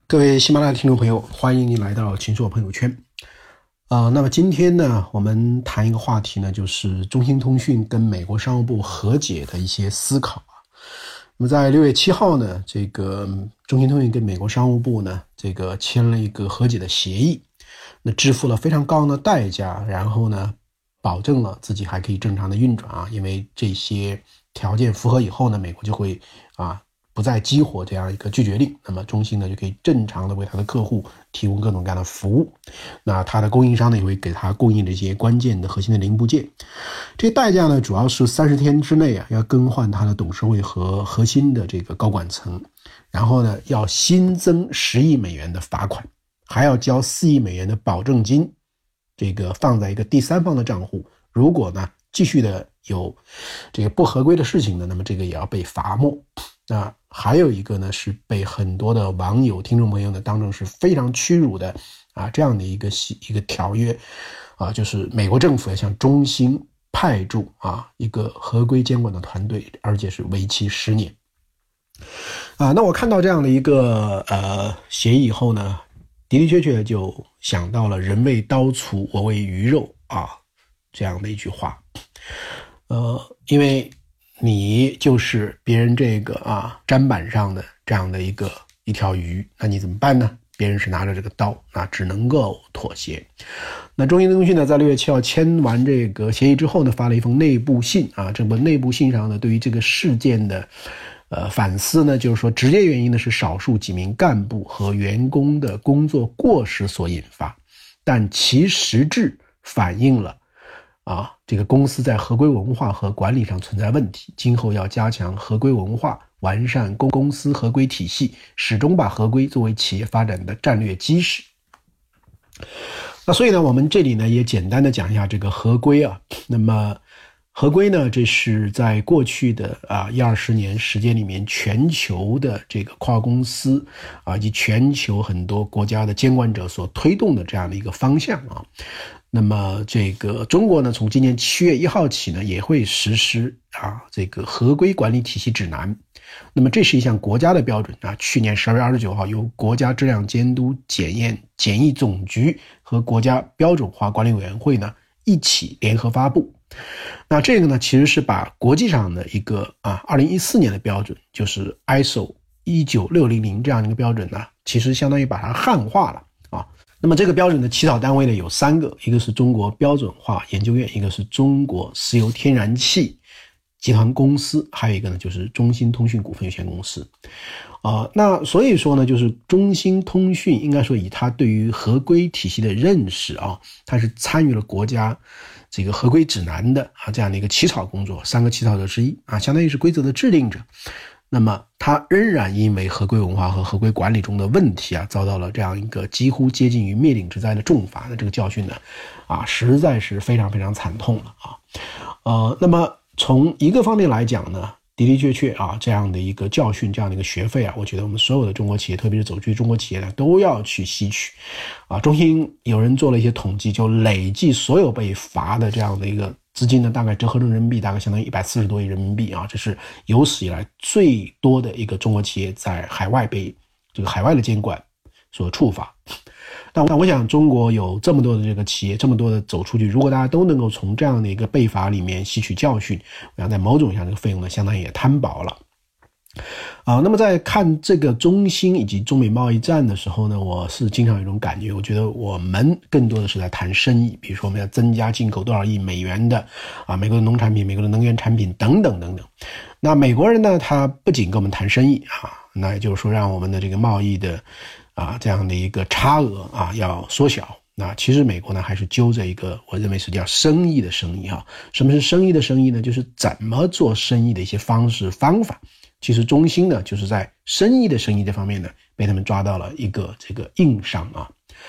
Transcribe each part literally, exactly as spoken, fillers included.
各位喜马拉雅听众朋友，欢迎您来到秦朔朋友圈。呃，那么今天呢，我们谈一个话题呢，就是中兴通讯跟美国商务部和解的一些思考。那么在六月七号呢，这个中兴通讯跟美国商务部呢，这个签了一个和解的协议，那支付了非常高昂的代价，然后呢，保证了自己还可以正常的运转啊，因为这些条件符合以后呢，美国就会啊。不再激活这样一个拒绝令，那么中兴呢就可以正常的为他的客户提供各种各样的服务，那他的供应商呢也会给他供应这些关键的核心的零部件。这些代价呢主要是三十天之内啊要更换他的董事会和核心的这个高管层，然后呢要新增十亿美元的罚款，还要交四亿美元的保证金，这个放在一个第三方的账户，如果呢继续的有这个不合规的事情呢，那么这个也要被罚没。那还有一个呢，是被很多的网友、听众朋友呢当成是非常屈辱的啊这样的一个一个条约啊，就是美国政府要向中兴派驻啊一个合规监管的团队，而且是为期十年。啊，那我看到这样的一个呃协议以后呢，的的确确就想到了人为刀俎，我为鱼肉啊这样的一句话。呃，因为你就是别人这个啊砧板上的这样的一个一条鱼，那你怎么办呢？别人是拿着这个刀，那只能够妥协。那中兴通讯呢，在六月七号签完这个协议之后呢，发了一封内部信啊。这封内部信上呢，对于这个事件的呃反思呢，就是说直接原因呢是少数几名干部和员工的工作过失所引发，但其实质反映了啊，这个公司在合规文化和管理上存在问题，今后要加强合规文化，完善公公司合规体系，始终把合规作为企业发展的战略基石。那所以呢，我们这里呢也简单的讲一下这个合规啊。那么合规呢，这是在过去的啊一二十年时间里面，全球的这个跨国公司啊以及全球很多国家的监管者所推动的这样的一个方向啊。那么这个中国呢，从今年七月一号起呢，也会实施啊这个合规管理体系指南。那么这是一项国家的标准啊，去年十二月二十九号由国家质量监督检验检疫总局和国家标准化管理委员会呢一起联合发布。那这个呢，其实是把国际上的一个啊二零一四年的标准，就是 I S O 一九六零零这样的一个标准呢，其实相当于把它汉化了啊。那么这个标准的起草单位呢有三个，一个是中国标准化研究院，一个是中国石油天然气集团公司，还有一个呢就是中兴通讯股份有限公司。呃，那所以说呢，就是中兴通讯应该说以它对于合规体系的认识啊，它是参与了国家这个合规指南的啊这样的一个起草工作，三个起草者之一啊，相当于是规则的制定者。那么他仍然因为合规文化和合规管理中的问题啊，遭到了这样一个几乎接近于灭顶之灾的重罚的这个教训呢，啊，实在是非常非常惨痛了啊。呃，那么从一个方面来讲呢，的的确确啊，这样的一个教训，这样的一个学费啊，我觉得我们所有的中国企业，特别是走出去中国企业呢，都要去吸取。啊，中兴有人做了一些统计，就累计所有被罚的这样的一个资金呢，大概折合成人民币大概相当于一百四十多亿人民币啊，这是有史以来最多的一个中国企业在海外被这个海外的监管所处罚。但我想中国有这么多的这个企业，这么多的走出去，如果大家都能够从这样的一个被罚里面吸取教训，我想在某种意义上这个费用呢相当于也摊薄了。啊，那么在看这个中兴以及中美贸易战的时候呢，我是经常有一种感觉，我觉得我们更多的是在谈生意，比如说我们要增加进口多少亿美元的啊美国的农产品、美国的能源产品等等等等。那美国人呢，他不仅跟我们谈生意啊，那也就是说让我们的这个贸易的啊这样的一个差额啊要缩小。那其实美国呢还是揪着一个我认为是叫生意的生意啊。什么是生意的生意呢？就是怎么做生意的一些方式方法。其实中兴呢就是在生意的生意这方面呢被他们抓到了一个这个硬伤啊。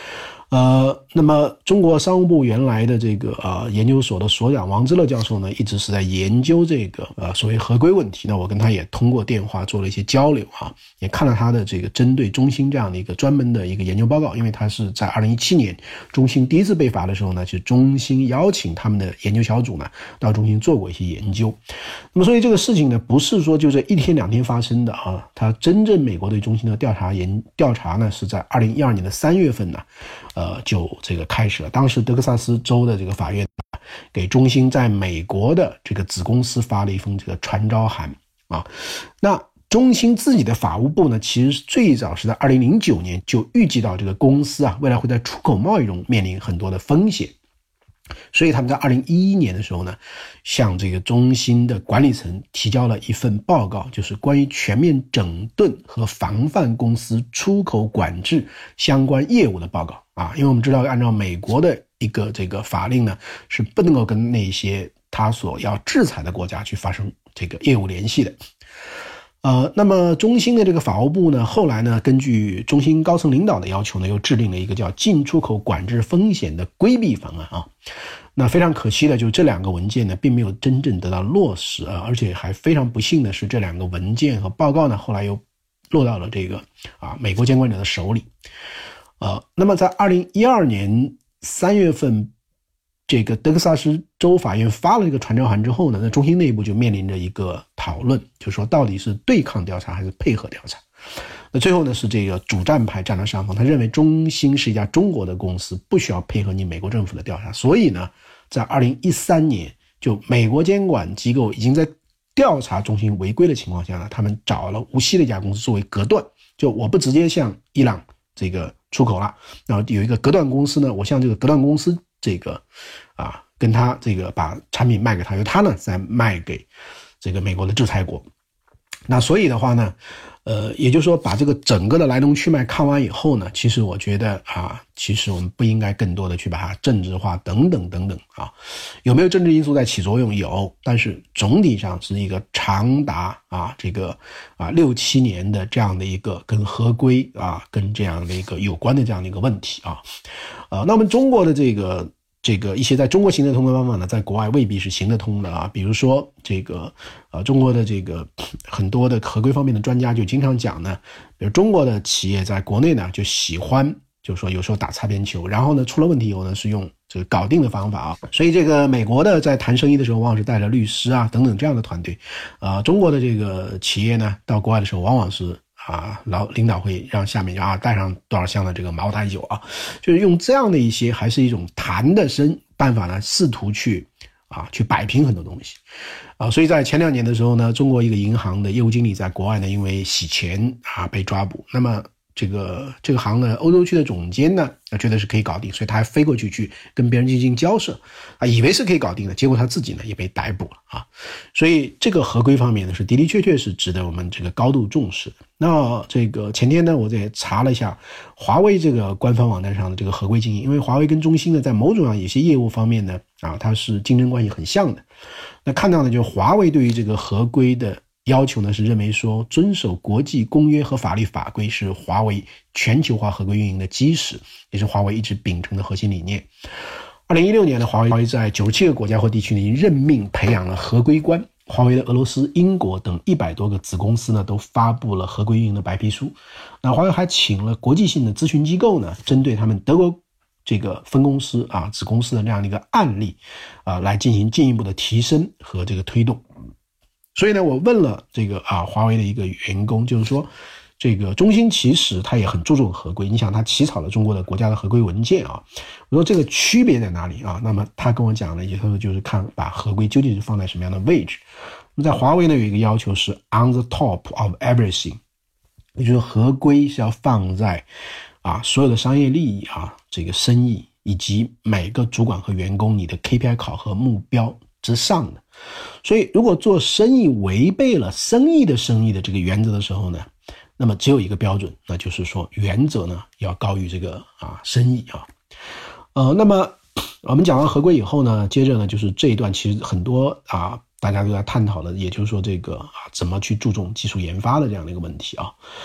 呃，那么中国商务部原来的这个呃研究所的所长王之乐教授呢，一直是在研究这个呃所谓合规问题。那我跟他也通过电话做了一些交流啊，也看了他的这个针对中兴这样的一个专门的一个研究报告。因为他是在二零一七年中兴第一次被罚的时候呢，就中兴邀请他们的研究小组呢到中兴做过一些研究。那么所以这个事情呢，不是说就这一天两天发生的啊，他真正美国对中兴的调查研调查呢，是在二零一二年的三月份呢。呃，就这个开始了。当时德克萨斯州的这个法院给中兴在美国的这个子公司发了一封这个传召函啊。那中兴自己的法务部呢，其实最早是在二零零九年就预计到这个公司啊，未来会在出口贸易中面临很多的风险。所以他们在二零一一年的时候呢，向这个中兴的管理层提交了一份报告，就是关于全面整顿和防范公司出口管制相关业务的报告啊。因为我们知道，按照美国的一个这个法令呢，是不能够跟那些他所要制裁的国家去发生这个业务联系的。呃，那么中兴的这个法务部呢，后来呢，根据中兴高层领导的要求呢，又制定了一个叫进出口管制风险的规避方案啊。那非常可惜的，就这两个文件呢，并没有真正得到落实啊，而且还非常不幸的是，这两个文件和报告呢，后来又落到了这个啊美国监管者的手里。呃，那么在二零一二年三月份。这个德克萨斯州法院发了这个传召函之后呢，那中兴内部就面临着一个讨论，就是说到底是对抗调查还是配合调查。那最后呢，是这个主战派占了上风，他认为中兴是一家中国的公司，不需要配合你美国政府的调查。所以呢，在二零一三年，就美国监管机构已经在调查中兴违规的情况下呢，他们找了无锡的一家公司作为隔断，就我不直接向伊朗这个出口了，然后有一个隔断公司呢，我向这个隔断公司这个啊，跟他这个把产品卖给他，由他呢再卖给这个美国的制裁国。那所以的话呢，呃，也就是说把这个整个的来龙去脉看完以后呢，其实我觉得啊，其实我们不应该更多的去把它政治化等等等等啊。有没有政治因素在起作用？有，但是总体上是一个长达啊这个啊六七年的这样的一个跟合规啊跟这样的一个有关的这样的一个问题啊。呃，那我们中国的这个。这个一些在中国行得通的方法呢，在国外未必是行得通的啊。比如说这个呃中国的这个很多的合规方面的专家就经常讲呢，比如中国的企业在国内呢就喜欢就是说有时候打擦边球，然后呢出了问题以后呢是用这个搞定的方法啊。所以这个美国的在谈生意的时候往往是带着律师啊等等这样的团队，呃中国的这个企业呢到国外的时候往往是啊，老领导会让下面啊带上多少箱的这个茅台酒啊，就是用这样的一些还是一种谈的生办法呢，试图去啊去摆平很多东西啊。所以在前两年的时候呢，中国一个银行的业务经理在国外呢，因为洗钱啊被抓捕，那么这个这个行的欧洲区的总监呢，觉得是可以搞定，所以他还飞过去去跟别人进行交涉啊，以为是可以搞定的，结果他自己呢也被逮捕了啊。所以这个合规方面呢，是的的确确是值得我们这个高度重视的。那这个前天呢，我也查了一下华为这个官方网站上的这个合规经营，因为华为跟中兴呢，在某种上有些业务方面呢，啊，它是竞争关系很像的。那看到呢，就是华为对于这个合规的要求呢，是认为说遵守国际公约和法律法规是华为全球化合规运营的基石，也是华为一直秉承的核心理念。二零一六年呢，华为在九十七个国家或地区呢，任命培养了合规官。华为的俄罗斯、英国等一百多个子公司呢，都发布了合规运营的白皮书。那华为还请了国际性的咨询机构呢，针对他们德国这个分公司啊、子公司的这样的一个案例啊，来进行进一步的提升和这个推动。所以呢，我问了这个啊华为的一个员工，就是说，这个中兴其实他也很注重合规，你想他起草了中国的国家的合规文件啊，我说这个区别在哪里啊？那么他跟我讲了，也就是看把合规究竟是放在什么样的位置。那么在华为呢，有一个要求是 on the top of everything， 也就是合规是要放在啊所有的商业利益啊这个生意以及每个主管和员工你的 K P I 考核目标之上的。所以如果做生意违背了生意的生意的这个原则的时候呢，那么只有一个标准，那就是说原则呢要高于这个啊生意啊。呃，那么我们讲完合规以后呢，接着呢就是这一段其实很多啊大家都在探讨的，也就是说这个啊怎么去注重技术研发的这样的一个问题啊。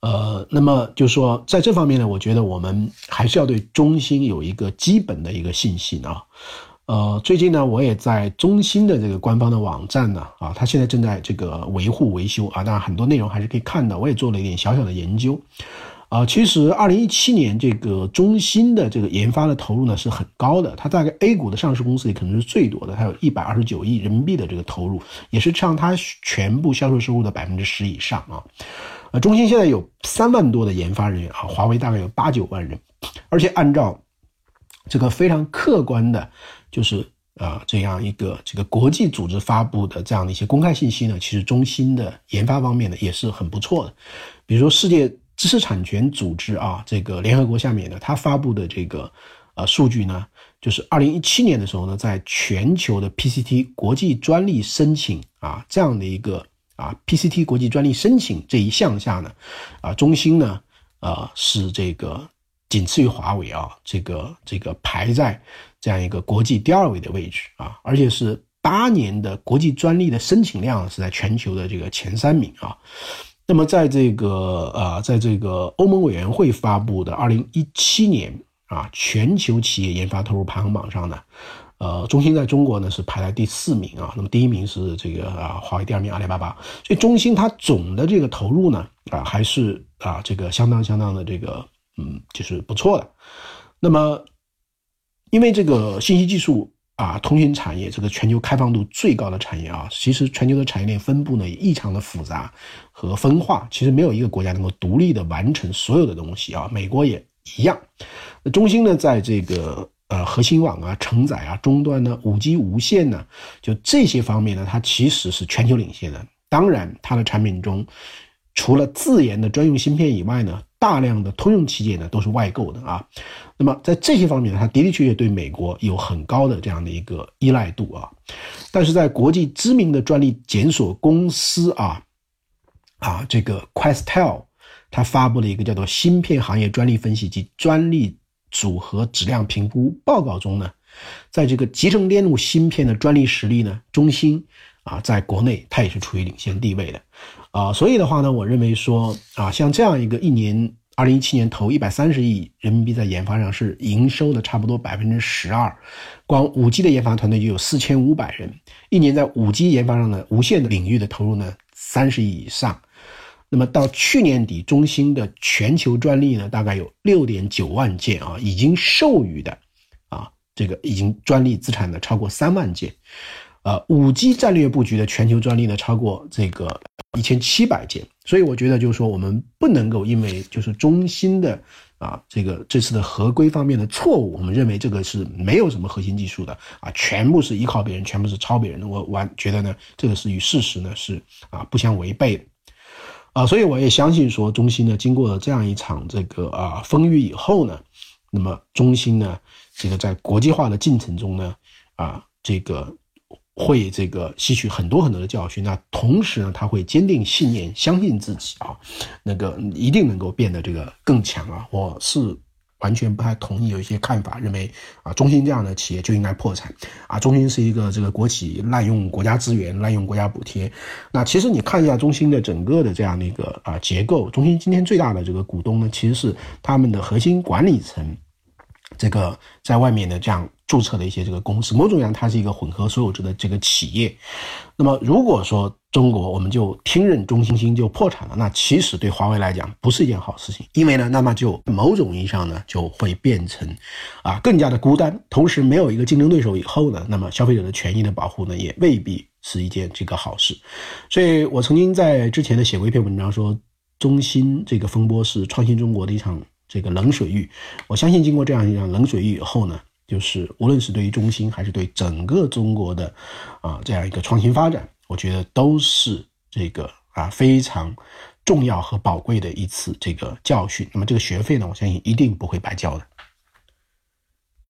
呃，那么就说在这方面呢，我觉得我们还是要对中兴有一个基本的一个信心啊。呃，最近呢，我也在中兴的这个官方的网站呢，啊，它现在正在这个维护维修啊，当然很多内容还是可以看的，我也做了一点小小的研究。啊，其实二零一七年这个中兴的这个研发的投入呢是很高的，它大概 A 股的上市公司里可能是最多的，它有一百二十九亿人民币的这个投入，也是占它全部销售收入的 百分之十 以上啊。呃，中兴现在有三万多的研发人员啊，华为大概有八九万人，而且按照这个非常客观的，就是啊、呃、这样一个这个国际组织发布的这样的一些公开信息呢，其实中兴的研发方面呢也是很不错的，比如说世界知识产权组织啊，这个联合国下面呢，它发布的这个呃数据呢，就是二零一七年的时候呢，在全球的 P C T 国际专利申请啊这样的一个啊 P C T 国际专利申请这一项下呢，啊中兴呢呃是这个仅次于华为啊，这个这个排在这样一个国际第二位的位置啊，而且是八年的国际专利的申请量是在全球的这个前三名啊。那么在这个呃，在这个欧盟委员会发布的二零一七年啊全球企业研发投入排行榜上呢，呃，中兴在中国呢是排在第四名啊，那么第一名是这个啊华为，第二名阿里巴巴，所以中兴它总的这个投入呢啊还是啊这个相当相当的这个嗯就是不错的。那么因为这个信息技术啊，通讯产业这个全球开放度最高的产业啊，其实全球的产业链分布呢也异常的复杂和分化，其实没有一个国家能够独立的完成所有的东西啊，美国也一样。那中兴呢，在这个呃核心网啊、承载啊、终端呢、五 G 无线呢，就这些方面呢，它其实是全球领先的。当然，它的产品中除了自研的专用芯片以外呢，大量的通用器件呢都是外购的啊。那么在这些方面呢，它的的确确对美国有很高的这样的一个依赖度啊。但是在国际知名的专利检索公司啊啊这个 Questel 它发布了一个叫做芯片行业专利分析及专利组合质量评估报告中呢，在这个集成电路芯片的专利实力呢，中兴啊在国内它也是处于领先地位的啊。所以的话呢，我认为说啊，像这样一个一年二零一七年投一百三十亿人民币在研发上是营收的差不多 百分之十二， 光 五 G 的研发团队就有四千五百人，一年在 五 G 研发上的无线的领域的投入呢三十亿以上。那么到去年底，中兴的全球专利呢大概有 六点九万件啊，已经授予的啊这个已经专利资产的超过三万件。呃 五 G 战略布局的全球专利呢超过这个一千七百件。所以我觉得就是说我们不能够因为就是中兴的啊这个这次的合规方面的错误，我们认为这个是没有什么核心技术的啊，全部是依靠别人，全部是抄别人的。我我觉得呢这个是与事实呢是啊不相违背的。啊，所以我也相信说中兴呢经过了这样一场这个啊风雨以后呢，那么中兴呢这个在国际化的进程中呢啊这个会这个吸取很多很多的教训，那同时呢他会坚定信念，相信自己啊那个一定能够变得这个更强啊。我是完全不太同意有一些看法认为啊中兴这样的企业就应该破产啊，中兴是一个这个国企滥用国家资源，滥用国家补贴。那其实你看一下中兴的整个的这样的一个啊结构，中兴今天最大的这个股东呢其实是他们的核心管理层，这个在外面的这样注册的一些这个公司，某种意义上它是一个混合所有制的这个企业。那么如果说中国我们就听任中兴就破产了，那其实对华为来讲不是一件好事情，因为呢那么就某种意义上呢就会变成啊更加的孤单，同时没有一个竞争对手以后呢，那么消费者的权益的保护呢也未必是一件这个好事。所以我曾经在之前的写过一篇文章说，中兴这个风波是创新中国的一场这个冷水浴。我相信经过这样一场冷水浴以后呢，就是无论是对于中兴还是对整个中国的啊这样一个创新发展，我觉得都是这个啊非常重要和宝贵的一次这个教训。那么这个学费呢，我相信一定不会白交的。